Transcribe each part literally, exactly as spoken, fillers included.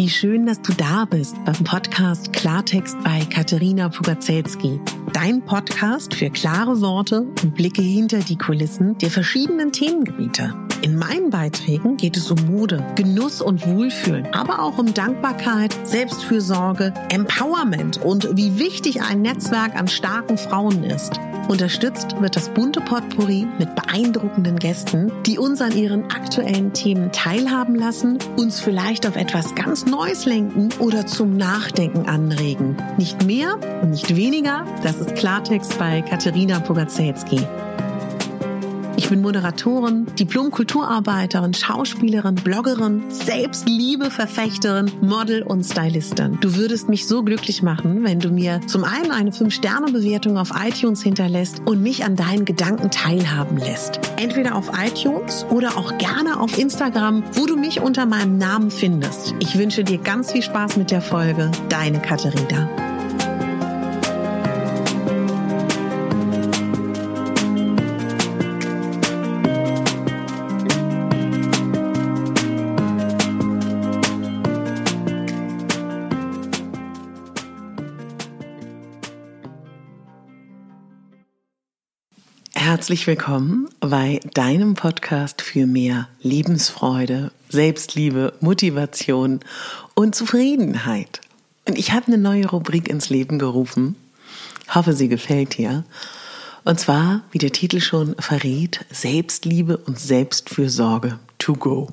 Wie schön, dass du da bist beim Podcast Klartext bei Katerina Pugacelski. Dein Podcast für klare Worte und Blicke hinter die Kulissen der verschiedenen Themengebiete. In meinen Beiträgen geht es um Mode, Genuss und Wohlfühlen, aber auch um Dankbarkeit, Selbstfürsorge, Empowerment und wie wichtig ein Netzwerk an starken Frauen ist. Unterstützt wird das bunte Potpourri mit beeindruckenden Gästen, die uns an ihren aktuellen Themen teilhaben lassen, uns vielleicht auf etwas ganz Neues lenken oder zum Nachdenken anregen. Nicht mehr und nicht weniger, das ist Klartext bei Katerina Pugacelski. Ich bin Moderatorin, Diplom-Kulturarbeiterin, Schauspielerin, Bloggerin, Selbstliebe-Verfechterin, Model und Stylistin. Du würdest mich so glücklich machen, wenn du mir zum einen eine fünf Sterne Bewertung auf iTunes hinterlässt und mich an deinen Gedanken teilhaben lässt. Entweder auf iTunes oder auch gerne auf Instagram, wo du mich unter meinem Namen findest. Ich wünsche dir ganz viel Spaß mit der Folge. Deine Katerina. Herzlich willkommen bei deinem Podcast für mehr Lebensfreude, Selbstliebe, Motivation und Zufriedenheit. Und ich habe eine neue Rubrik ins Leben gerufen. Hoffe, sie gefällt dir. Und zwar, wie der Titel schon verrät, Selbstliebe und Selbstfürsorge to go.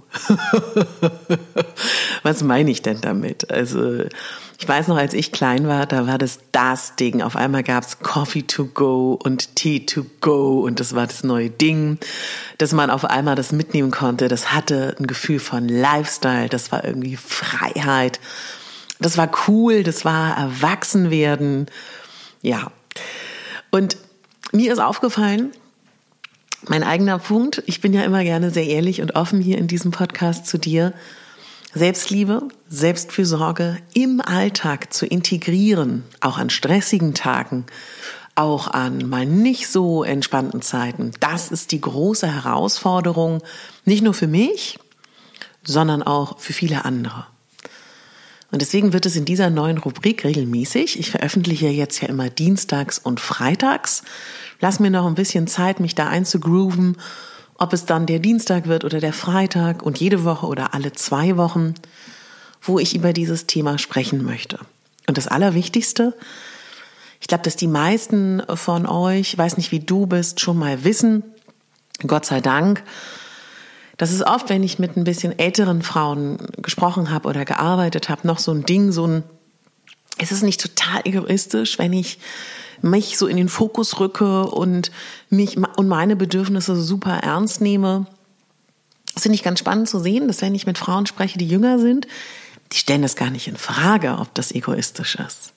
Was meine ich denn damit? Also ich weiß noch, als ich klein war, da war das das Ding. Auf einmal gab es Coffee to go und Tea to go und das war das neue Ding, dass man auf einmal das mitnehmen konnte. Das hatte ein Gefühl von Lifestyle, das war irgendwie Freiheit. Das war cool, das war Erwachsenwerden. Ja, und mir ist aufgefallen, mein eigener Punkt, ich bin ja immer gerne sehr ehrlich und offen hier in diesem Podcast zu dir, Selbstliebe, Selbstfürsorge im Alltag zu integrieren, auch an stressigen Tagen, auch an mal nicht so entspannten Zeiten. Das ist die große Herausforderung, nicht nur für mich, sondern auch für viele andere. Und deswegen wird es in dieser neuen Rubrik regelmäßig, ich veröffentliche jetzt ja immer dienstags und freitags, lass mir noch ein bisschen Zeit, mich da einzugrooven, ob es dann der Dienstag wird oder der Freitag und jede Woche oder alle zwei Wochen, wo ich über dieses Thema sprechen möchte. Und das Allerwichtigste, ich glaube, dass die meisten von euch, ich weiß nicht, wie du bist, schon mal wissen, Gott sei Dank, das ist oft, wenn ich mit ein bisschen älteren Frauen gesprochen habe oder gearbeitet habe, noch so ein Ding, so ein, es ist nicht total egoistisch, wenn ich mich so in den Fokus rücke und mich und meine Bedürfnisse super ernst nehme. Das finde ich ganz spannend zu sehen, dass wenn ich mit Frauen spreche, die jünger sind, die stellen das gar nicht in Frage, ob das egoistisch ist.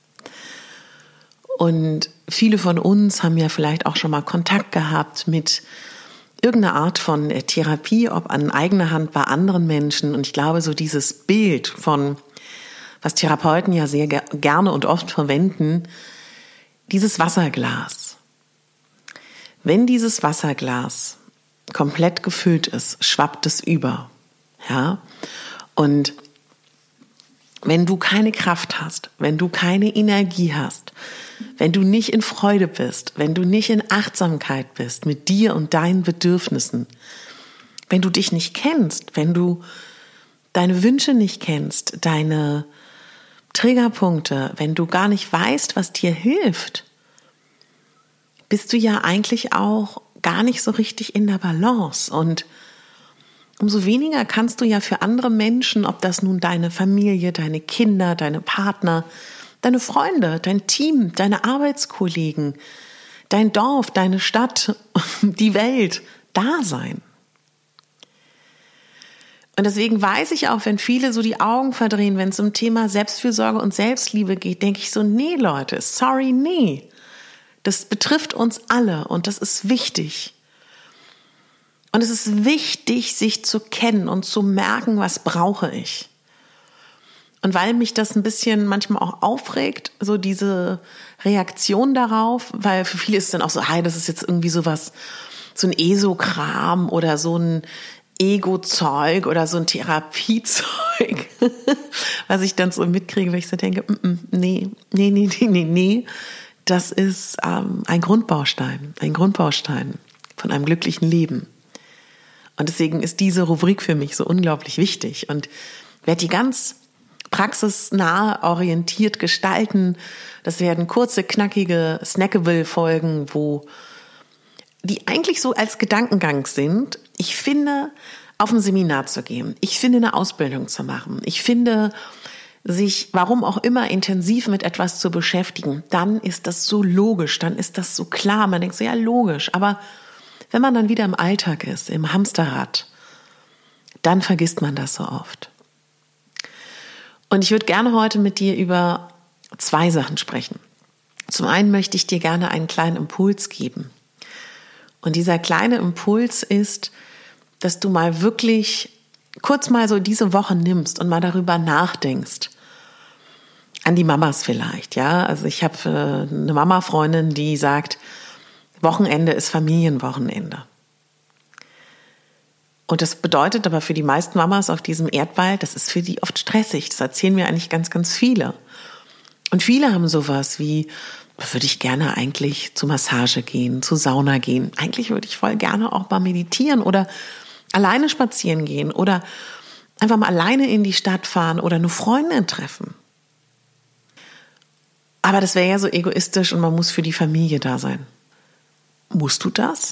Und viele von uns haben ja vielleicht auch schon mal Kontakt gehabt mit irgendeiner Art von Therapie, ob an eigener Hand bei anderen Menschen. Und ich glaube, so dieses Bild von, was Therapeuten ja sehr gerne und oft verwenden, dieses Wasserglas. Wenn dieses Wasserglas komplett gefüllt ist, schwappt es über. Ja? Und wenn du keine Kraft hast, wenn du keine Energie hast, wenn du nicht in Freude bist, wenn du nicht in Achtsamkeit bist mit dir und deinen Bedürfnissen, wenn du dich nicht kennst, wenn du deine Wünsche nicht kennst, deine Triggerpunkte, wenn du gar nicht weißt, was dir hilft, bist du ja eigentlich auch gar nicht so richtig in der Balance. Und umso weniger kannst du ja für andere Menschen, ob das nun deine Familie, deine Kinder, deine Partner, deine Freunde, dein Team, deine Arbeitskollegen, dein Dorf, deine Stadt, die Welt, da sein. Und deswegen weiß ich auch, wenn viele so die Augen verdrehen, wenn es um Thema Selbstfürsorge und Selbstliebe geht, denke ich so, nee Leute, sorry, nee. Das betrifft uns alle und das ist wichtig. Und es ist wichtig, sich zu kennen und zu merken, was brauche ich. Und weil mich das ein bisschen manchmal auch aufregt, so diese Reaktion darauf, weil für viele ist es dann auch so, hey, das ist jetzt irgendwie sowas, so ein E S O-Kram oder so ein Ego-Zeug oder so ein Therapiezeug, was ich dann so mitkriege, weil ich so denke, nee, nee, nee, nee, nee, nee. Das ist ähm, ein Grundbaustein, ein Grundbaustein von einem glücklichen Leben. Und deswegen ist diese Rubrik für mich so unglaublich wichtig und werde die ganz praxisnah orientiert gestalten. Das werden kurze, knackige, snackable Folgen, wo die eigentlich so als Gedankengang sind. Ich finde, auf ein Seminar zu gehen. Ich finde, eine Ausbildung zu machen. Ich finde, sich, warum auch immer, intensiv mit etwas zu beschäftigen. Dann ist das so logisch, dann ist das so klar. Man denkt so, ja, logisch. Aber wenn man dann wieder im Alltag ist, im Hamsterrad, dann vergisst man das so oft. Und ich würde gerne heute mit dir über zwei Sachen sprechen. Zum einen möchte ich dir gerne einen kleinen Impuls geben. Und dieser kleine Impuls ist, dass du mal wirklich kurz mal so diese Woche nimmst und mal darüber nachdenkst. An die Mamas vielleicht, ja. Also ich habe äh, eine Mama-Freundin, die sagt, Wochenende ist Familienwochenende. Und das bedeutet aber für die meisten Mamas auf diesem Erdball, das ist für die oft stressig. Das erzählen mir eigentlich ganz, ganz viele. Und viele haben sowas wie, würde ich gerne eigentlich zur Massage gehen, zur Sauna gehen. Eigentlich würde ich voll gerne auch mal meditieren oder alleine spazieren gehen oder einfach mal alleine in die Stadt fahren oder eine Freundin treffen. Aber das wäre ja so egoistisch und man muss für die Familie da sein. Musst du das?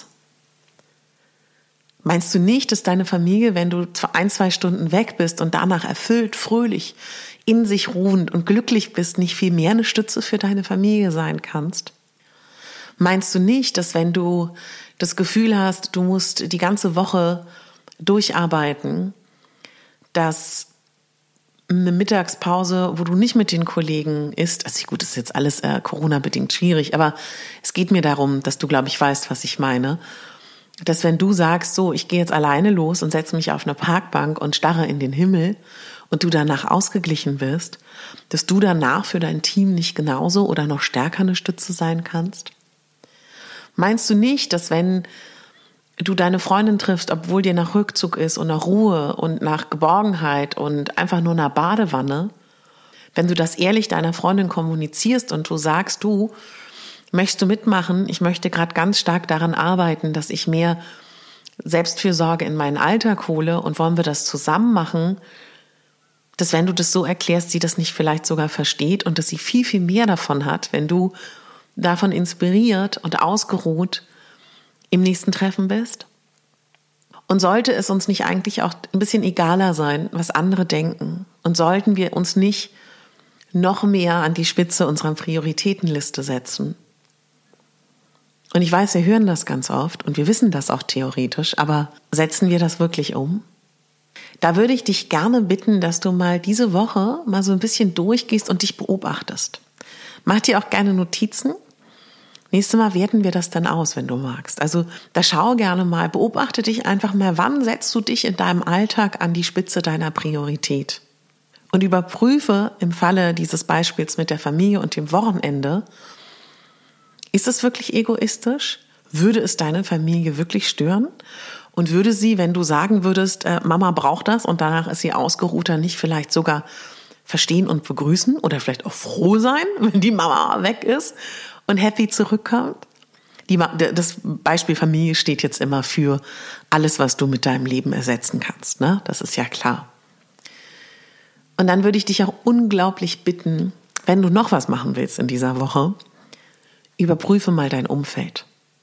Meinst du nicht, dass deine Familie, wenn du ein, zwei Stunden weg bist und danach erfüllt, fröhlich, in sich ruhend und glücklich bist, nicht viel mehr eine Stütze für deine Familie sein kannst? Meinst du nicht, dass wenn du das Gefühl hast, du musst die ganze Woche durcharbeiten, dass eine Mittagspause, wo du nicht mit den Kollegen isst, also gut, das ist jetzt alles äh, Corona-bedingt schwierig, aber es geht mir darum, dass du, glaube ich, weißt, was ich meine, dass wenn du sagst, so, ich gehe jetzt alleine los und setze mich auf eine Parkbank und starre in den Himmel und du danach ausgeglichen wirst, dass du danach für dein Team nicht genauso oder noch stärker eine Stütze sein kannst? Meinst du nicht, dass wenn du deine Freundin triffst, obwohl dir nach Rückzug ist und nach Ruhe und nach Geborgenheit und einfach nur nach Badewanne, wenn du das ehrlich deiner Freundin kommunizierst und du sagst, du, möchtest du mitmachen? Ich möchte gerade ganz stark daran arbeiten, dass ich mehr Selbstfürsorge in meinen Alltag hole und wollen wir das zusammen machen, dass wenn du das so erklärst, sie das nicht vielleicht sogar versteht und dass sie viel, viel mehr davon hat, wenn du davon inspiriert und ausgeruht im nächsten Treffen bist? Und sollte es uns nicht eigentlich auch ein bisschen egaler sein, was andere denken? Und sollten wir uns nicht noch mehr an die Spitze unserer Prioritätenliste setzen? Und ich weiß, wir hören das ganz oft und wir wissen das auch theoretisch, aber setzen wir das wirklich um? Da würde ich dich gerne bitten, dass du mal diese Woche mal so ein bisschen durchgehst und dich beobachtest. Mach dir auch gerne Notizen. Nächstes Mal werten wir das dann aus, wenn du magst. Also da schau gerne mal, beobachte dich einfach mal, wann setzt du dich in deinem Alltag an die Spitze deiner Priorität? Und überprüfe im Falle dieses Beispiels mit der Familie und dem Wochenende, ist es wirklich egoistisch? Würde es deine Familie wirklich stören? Und würde sie, wenn du sagen würdest, äh, Mama braucht das und danach ist sie ausgeruhter, nicht vielleicht sogar verstehen und begrüßen oder vielleicht auch froh sein, wenn die Mama weg ist und happy zurückkommt? Die, das Beispiel Familie steht jetzt immer für alles, was du mit deinem Leben ersetzen kannst, ne? Das ist ja klar. Und dann würde ich dich auch unglaublich bitten, wenn du noch was machen willst in dieser Woche, überprüfe mal dein Umfeld.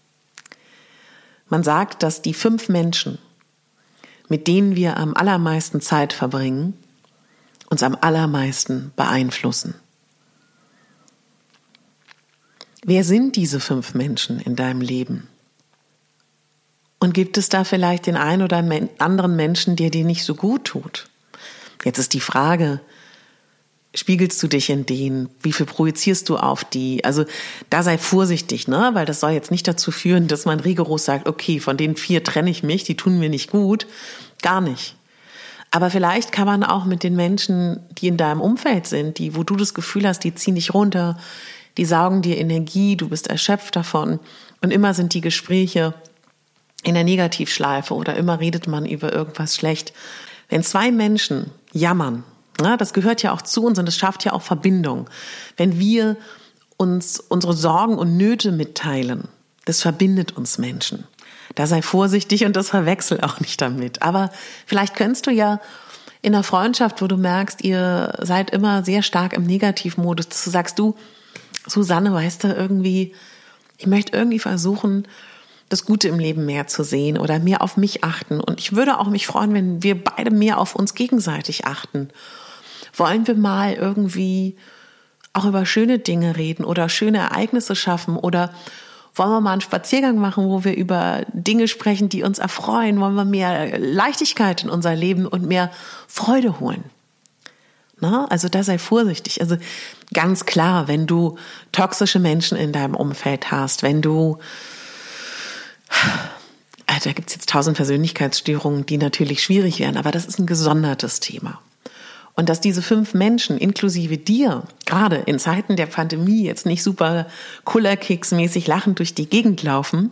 Man sagt, dass die fünf Menschen, mit denen wir am allermeisten Zeit verbringen, uns am allermeisten beeinflussen. Wer sind diese fünf Menschen in deinem Leben? Und gibt es da vielleicht den einen oder anderen Menschen, der dir nicht so gut tut? Jetzt ist die Frage, spiegelst du dich in denen? Wie viel projizierst du auf die? Also da sei vorsichtig, ne? Weil das soll jetzt nicht dazu führen, dass man rigoros sagt, okay, von den vier trenne ich mich, die tun mir nicht gut. Gar nicht. Aber vielleicht kann man auch mit den Menschen, die in deinem Umfeld sind, die, wo du das Gefühl hast, die ziehen dich runter, die saugen dir Energie, du bist erschöpft davon und immer sind die Gespräche in der Negativschleife oder immer redet man über irgendwas schlecht. Wenn zwei Menschen jammern, ja, das gehört ja auch zu uns und das schafft ja auch Verbindung. Wenn wir uns unsere Sorgen und Nöte mitteilen, das verbindet uns Menschen. Da sei vorsichtig und das verwechsel auch nicht damit. Aber vielleicht könntest du ja in einer Freundschaft, wo du merkst, ihr seid immer sehr stark im Negativmodus, dass du sagst, du, Susanne, weißt du, irgendwie, ich möchte irgendwie versuchen, das Gute im Leben mehr zu sehen oder mehr auf mich achten. Und ich würde auch mich freuen, wenn wir beide mehr auf uns gegenseitig achten. Wollen wir mal irgendwie auch über schöne Dinge reden oder schöne Ereignisse schaffen oder wollen wir mal einen Spaziergang machen, wo wir über Dinge sprechen, die uns erfreuen? Wollen wir mehr Leichtigkeit in unser Leben und mehr Freude holen? Na, also da sei vorsichtig. Also ganz klar, wenn du toxische Menschen in deinem Umfeld hast, wenn du, da gibt es jetzt tausend Persönlichkeitsstörungen, die natürlich schwierig wären, aber das ist ein gesondertes Thema. Und dass diese fünf Menschen inklusive dir, gerade in Zeiten der Pandemie, jetzt nicht super Kullerkeks-mäßig lachend durch die Gegend laufen,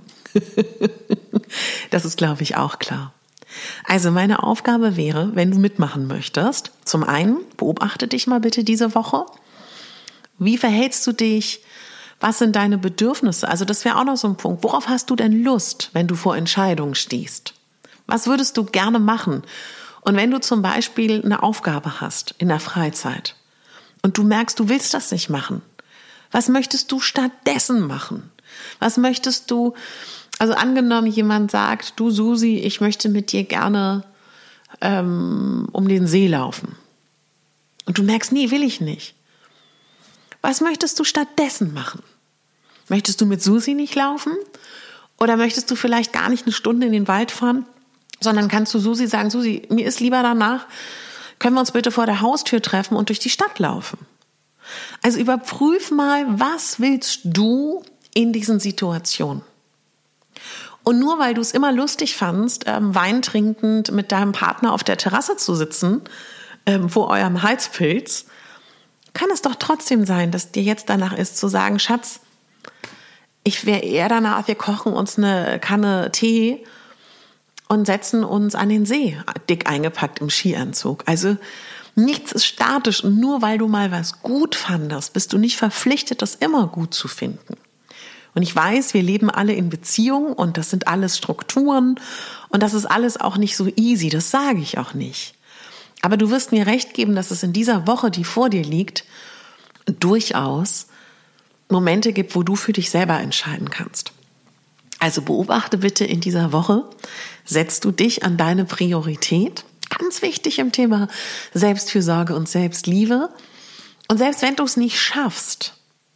das ist, glaube ich, auch klar. Also meine Aufgabe wäre, wenn du mitmachen möchtest, zum einen, beobachte dich mal bitte diese Woche. Wie verhältst du dich? Was sind deine Bedürfnisse? Also das wäre auch noch so ein Punkt. Worauf hast du denn Lust, wenn du vor Entscheidungen stehst? Was würdest du gerne machen? Und wenn du zum Beispiel eine Aufgabe hast in der Freizeit und du merkst, du willst das nicht machen, was möchtest du stattdessen machen? Was möchtest du, also angenommen jemand sagt, du Susi, ich möchte mit dir gerne ähm, um den See laufen. Und du merkst, nee, will ich nicht. Was möchtest du stattdessen machen? Möchtest du mit Susi nicht laufen? Oder möchtest du vielleicht gar nicht eine Stunde in den Wald fahren? Sondern kannst du Susi sagen, Susi, mir ist lieber danach, können wir uns bitte vor der Haustür treffen und durch die Stadt laufen. Also überprüf mal, was willst du in diesen Situationen? Und nur weil du es immer lustig fandst, ähm, Wein trinkend mit deinem Partner auf der Terrasse zu sitzen, ähm, vor eurem Heizpilz, kann es doch trotzdem sein, dass dir jetzt danach ist zu sagen, Schatz, ich wäre eher danach, wir kochen uns eine Kanne Tee und setzen uns an den See, dick eingepackt im Skianzug. Also nichts ist statisch und nur weil du mal was gut fandest, bist du nicht verpflichtet, das immer gut zu finden. Und ich weiß, wir leben alle in Beziehungen und das sind alles Strukturen und das ist alles auch nicht so easy, das sage ich auch nicht. Aber du wirst mir recht geben, dass es in dieser Woche, die vor dir liegt, durchaus Momente gibt, wo du für dich selber entscheiden kannst. Also beobachte bitte in dieser Woche, setzt du dich an deine Priorität, ganz wichtig im Thema Selbstfürsorge und Selbstliebe. Und selbst wenn du es nicht schaffst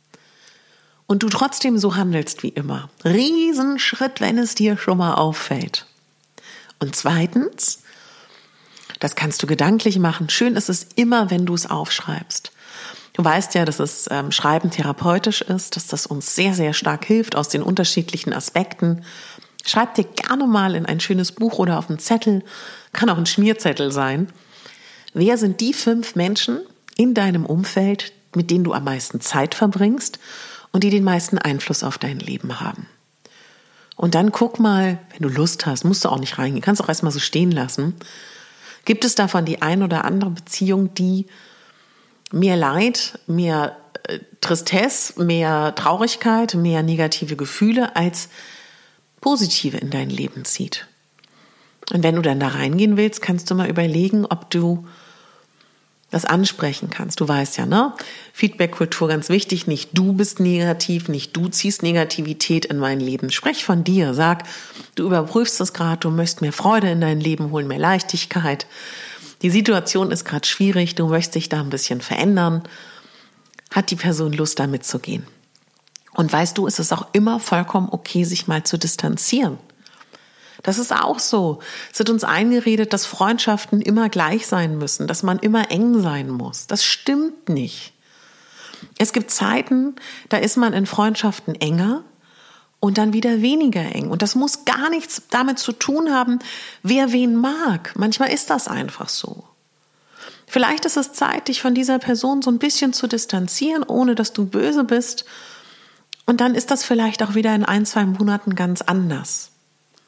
und du trotzdem so handelst wie immer, Riesenschritt, wenn es dir schon mal auffällt. Und zweitens, das kannst du gedanklich machen, schön ist es immer, wenn du es aufschreibst. Du weißt ja, dass es ähm, Schreiben therapeutisch ist, dass das uns sehr, sehr stark hilft aus den unterschiedlichen Aspekten. Schreib dir gerne mal in ein schönes Buch oder auf einen Zettel, kann auch ein Schmierzettel sein. Wer sind die fünf Menschen in deinem Umfeld, mit denen du am meisten Zeit verbringst und die den meisten Einfluss auf dein Leben haben? Und dann guck mal, wenn du Lust hast, musst du auch nicht reingehen, kannst auch erstmal so stehen lassen. Gibt es davon die ein oder andere Beziehung, die mehr Leid, mehr äh, Tristesse, mehr Traurigkeit, mehr negative Gefühle als positive in dein Leben zieht? Und wenn du dann da reingehen willst, kannst du mal überlegen, ob du das ansprechen kannst. Du weißt ja, ne? Feedback-Kultur ganz wichtig. Nicht du bist negativ, nicht du ziehst Negativität in mein Leben. Sprech von dir. Sag, du überprüfst das gerade, du möchtest mehr Freude in dein Leben holen, mehr Leichtigkeit. Die Situation ist gerade schwierig, du möchtest dich da ein bisschen verändern. Hat die Person Lust, da mitzugehen? Und weißt du, es ist auch immer vollkommen okay, sich mal zu distanzieren. Das ist auch so. Es wird uns eingeredet, dass Freundschaften immer gleich sein müssen, dass man immer eng sein muss. Das stimmt nicht. Es gibt Zeiten, da ist man in Freundschaften enger und dann wieder weniger eng. Und das muss gar nichts damit zu tun haben, wer wen mag. Manchmal ist das einfach so. Vielleicht ist es Zeit, dich von dieser Person so ein bisschen zu distanzieren, ohne dass du böse bist. Und dann ist das vielleicht auch wieder in ein, zwei Monaten ganz anders.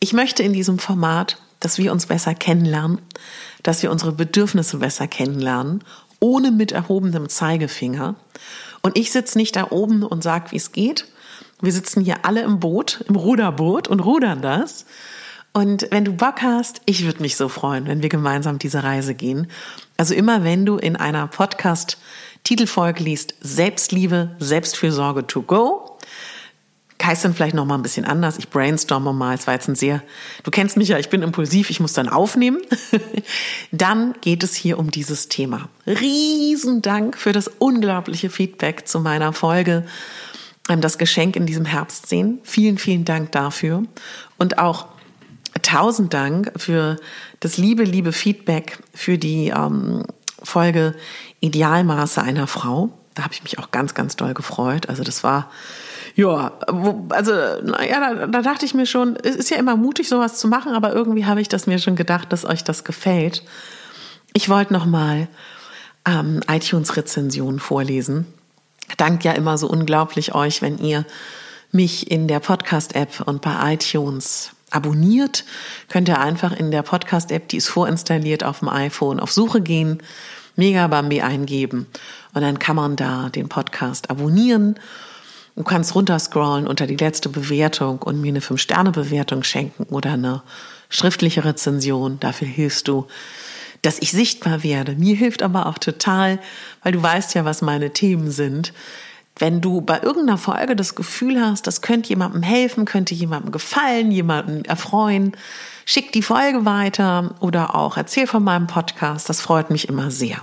Ich möchte in diesem Format, dass wir uns besser kennenlernen, dass wir unsere Bedürfnisse besser kennenlernen, ohne mit erhobenem Zeigefinger. Und ich sitze nicht da oben und sage, wie es geht. Wir sitzen hier alle im Boot, im Ruderboot und rudern das. Und wenn du Bock hast, ich würde mich so freuen, wenn wir gemeinsam diese Reise gehen. Also immer wenn du in einer Podcast-Titelfolge liest, Selbstliebe, Selbstfürsorge to go, heißt dann vielleicht noch mal ein bisschen anders. Ich brainstorme mal, es war jetzt ein sehr, du kennst mich ja, ich bin impulsiv, ich muss dann aufnehmen. Dann geht es hier um dieses Thema. Riesen Dank für das unglaubliche Feedback zu meiner Folge, das Geschenk in diesem Herbst sehen. Vielen, vielen Dank dafür. Und auch tausend Dank für das liebe, liebe Feedback für die ähm, Folge Idealmaße einer Frau. Da habe ich mich auch ganz, ganz doll gefreut. Also das war, ja, wo, also naja, da, da dachte ich mir schon, es ist ja immer mutig, sowas zu machen, aber irgendwie habe ich das mir schon gedacht, dass euch das gefällt. Ich wollte nochmal ähm, iTunes-Rezensionen vorlesen. Dank ja immer so unglaublich euch, wenn ihr mich in der Podcast-App und bei iTunes abonniert. Könnt ihr einfach in der Podcast-App, die ist vorinstalliert auf dem iPhone, auf Suche gehen, Megabambi eingeben und dann kann man da den Podcast abonnieren. Du kannst runterscrollen unter die letzte Bewertung und mir eine fünf Sterne Bewertung schenken oder eine schriftliche Rezension. Dafür hilfst du, dass ich sichtbar werde. Mir hilft aber auch total, weil du weißt ja, was meine Themen sind. Wenn du bei irgendeiner Folge das Gefühl hast, das könnte jemandem helfen, könnte jemandem gefallen, jemanden erfreuen, schick die Folge weiter oder auch erzähl von meinem Podcast. Das freut mich immer sehr.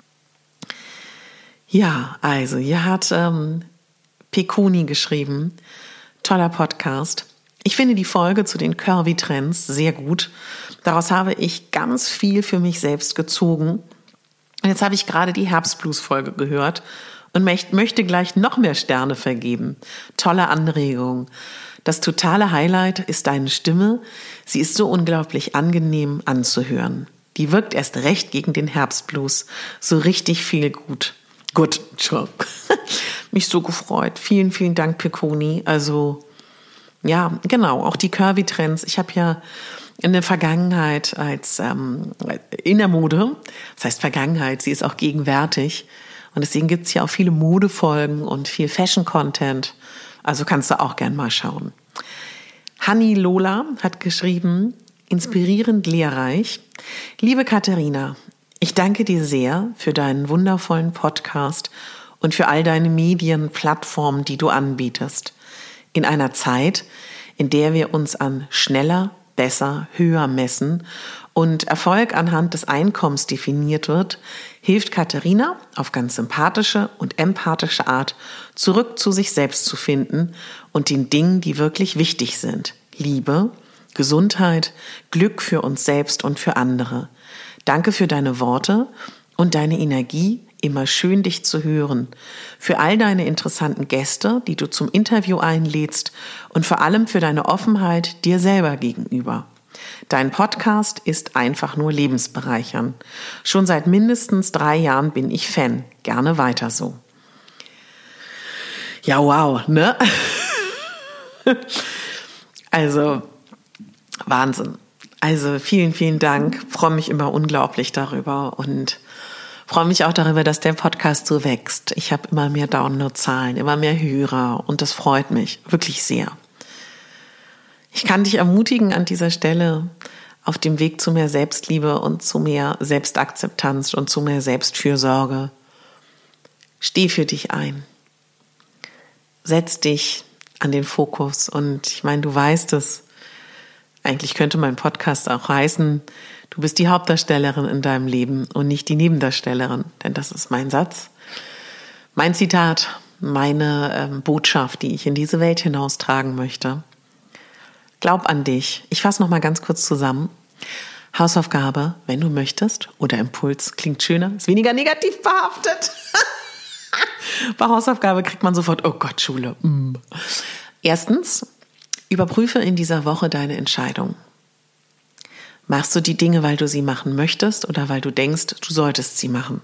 Ja, also hier hat ähm, Pekuni geschrieben, toller Podcast. Ich finde die Folge zu den Curvy-Trends sehr gut. Daraus habe ich ganz viel für mich selbst gezogen. Und jetzt habe ich gerade die Herbstblues-Folge gehört und möchte gleich noch mehr Sterne vergeben. Tolle Anregung. Das totale Highlight ist deine Stimme. Sie ist so unglaublich angenehm anzuhören. Die wirkt erst recht gegen den Herbstblues. So richtig viel gut. Gut, schon. Mich so gefreut. Vielen, vielen Dank, Pekuni. Also, ja, genau, auch die Curvy-Trends. Ich habe ja in der Vergangenheit als ähm, in der Mode, das heißt Vergangenheit, sie ist auch gegenwärtig. Und deswegen gibt's hier auch viele Modefolgen und viel Fashion-Content. Also kannst du auch gern mal schauen. Hanni Lola hat geschrieben, inspirierend lehrreich. Liebe Katharina, ich danke dir sehr für deinen wundervollen Podcast und für all deine Medienplattformen, die du anbietest. In einer Zeit, in der wir uns an schneller, besser, höher messen und Erfolg anhand des Einkommens definiert wird, hilft Katharina auf ganz sympathische und empathische Art zurück zu sich selbst zu finden und den Dingen, die wirklich wichtig sind. Liebe, Gesundheit, Glück für uns selbst und für andere. Danke für deine Worte und deine Energie, immer schön dich zu hören. Für all deine interessanten Gäste, die du zum Interview einlädst und vor allem für deine Offenheit dir selber gegenüber. Dein Podcast ist einfach nur lebensbereichernd. Schon seit mindestens drei Jahren bin ich Fan. Gerne weiter so. Ja, wow, ne? Also, Wahnsinn. Also, vielen, vielen Dank. Freue mich immer unglaublich darüber und freue mich auch darüber, dass der Podcast so wächst. Ich habe immer mehr Downloadzahlen, immer mehr Hörer und das freut mich wirklich sehr. Ich kann dich ermutigen an dieser Stelle auf dem Weg zu mehr Selbstliebe und zu mehr Selbstakzeptanz und zu mehr Selbstfürsorge. Steh für dich ein. Setz dich an den Fokus und ich meine, du weißt es. Eigentlich könnte mein Podcast auch heißen, du bist die Hauptdarstellerin in deinem Leben und nicht die Nebendarstellerin, denn das ist mein Satz, mein Zitat, meine ähm, Botschaft, die ich in diese Welt hinaustragen möchte. Glaub an dich. Ich fasse noch mal ganz kurz zusammen. Hausaufgabe, wenn du möchtest, oder Impuls, klingt schöner, ist weniger negativ behaftet. Bei Hausaufgabe kriegt man sofort, oh Gott, Schule. Mm. Erstens, überprüfe in dieser Woche deine Entscheidung. Machst du die Dinge, weil du sie machen möchtest oder weil du denkst, du solltest sie machen?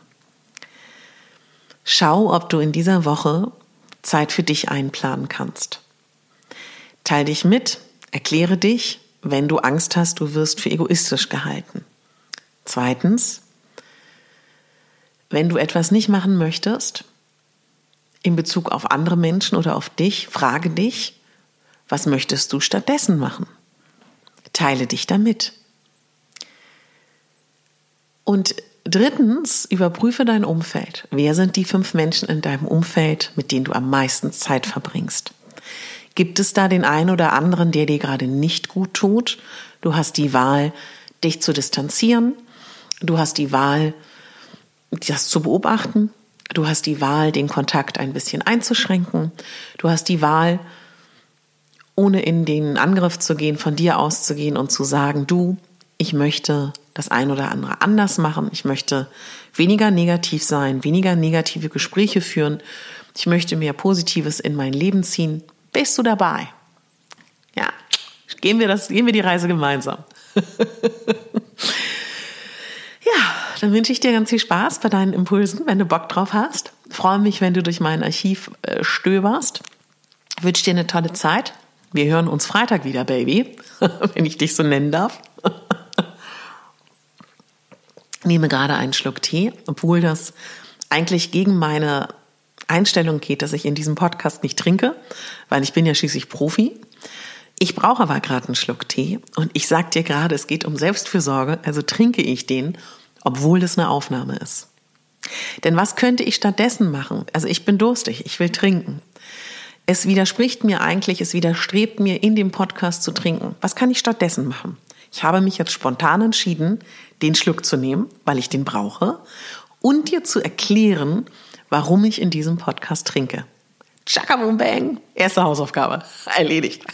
Schau, ob du in dieser Woche Zeit für dich einplanen kannst. Teil dich mit, erkläre dich, wenn du Angst hast, du wirst für egoistisch gehalten. Zweitens, wenn du etwas nicht machen möchtest, in Bezug auf andere Menschen oder auf dich, frage dich, was möchtest du stattdessen machen? Teile dich damit. Und drittens, überprüfe dein Umfeld. Wer sind die fünf Menschen in deinem Umfeld, mit denen du am meisten Zeit verbringst? Gibt es da den einen oder anderen, der dir gerade nicht gut tut? Du hast die Wahl, dich zu distanzieren. Du hast die Wahl, das zu beobachten. Du hast die Wahl, den Kontakt ein bisschen einzuschränken. Du hast die Wahl, ohne in den Angriff zu gehen, von dir auszugehen und zu sagen, du, ich möchte das ein oder andere anders machen. Ich möchte weniger negativ sein, weniger negative Gespräche führen. Ich möchte mehr Positives in mein Leben ziehen. Bist du dabei? Ja, gehen wir das, gehen wir die Reise gemeinsam. Ja, dann wünsche ich dir ganz viel Spaß bei deinen Impulsen, wenn du Bock drauf hast. Ich freue mich, wenn du durch mein Archiv äh, stöberst. Ich wünsche dir eine tolle Zeit. Wir hören uns Freitag wieder, Baby, wenn ich dich so nennen darf. Ich nehme gerade einen Schluck Tee, obwohl das eigentlich gegen meine Einstellung geht, dass ich in diesem Podcast nicht trinke, weil ich bin ja schließlich Profi. Ich brauche aber gerade einen Schluck Tee und ich sag dir gerade, es geht um Selbstfürsorge, also trinke ich den, obwohl das eine Aufnahme ist. Denn was könnte ich stattdessen machen? Also ich bin durstig, ich will trinken. Es widerspricht mir eigentlich, es widerstrebt mir, in dem Podcast zu trinken. Was kann ich stattdessen machen? Ich habe mich jetzt spontan entschieden, den Schluck zu nehmen, weil ich den brauche, und dir zu erklären, warum ich in diesem Podcast trinke. Tschakabum bang, erste Hausaufgabe, erledigt.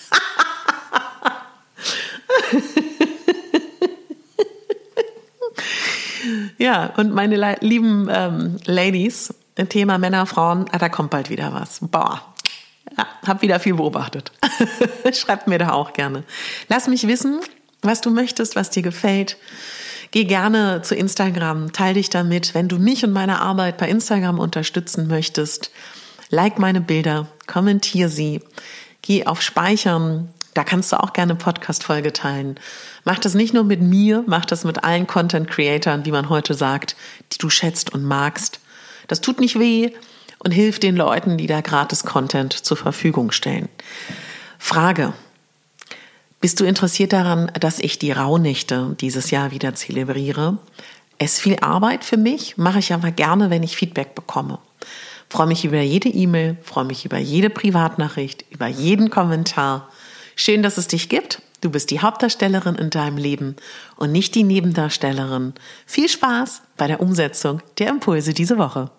Ja, und meine lieben ähm, Ladies, Thema Männer, Frauen, ah, da kommt bald wieder was. Boah, ja, hab wieder viel beobachtet. Schreibt mir da auch gerne. Lass mich wissen, was du möchtest, was dir gefällt. Geh gerne zu Instagram, teile dich damit. Wenn du mich und meine Arbeit bei Instagram unterstützen möchtest, like meine Bilder, kommentier sie, geh auf Speichern. Da kannst du auch gerne Podcast-Folge teilen. Mach das nicht nur mit mir, mach das mit allen Content-Creatoren, wie man heute sagt, die du schätzt und magst. Das tut nicht weh und hilft den Leuten, die da gratis Content zur Verfügung stellen. Frage: Bist du interessiert daran, dass ich die Rauhnächte dieses Jahr wieder zelebriere? Es ist viel Arbeit für mich, mache ich aber gerne, wenn ich Feedback bekomme. Freue mich über jede E-Mail, freue mich über jede Privatnachricht, über jeden Kommentar. Schön, dass es dich gibt. Du bist die Hauptdarstellerin in deinem Leben und nicht die Nebendarstellerin. Viel Spaß bei der Umsetzung der Impulse diese Woche.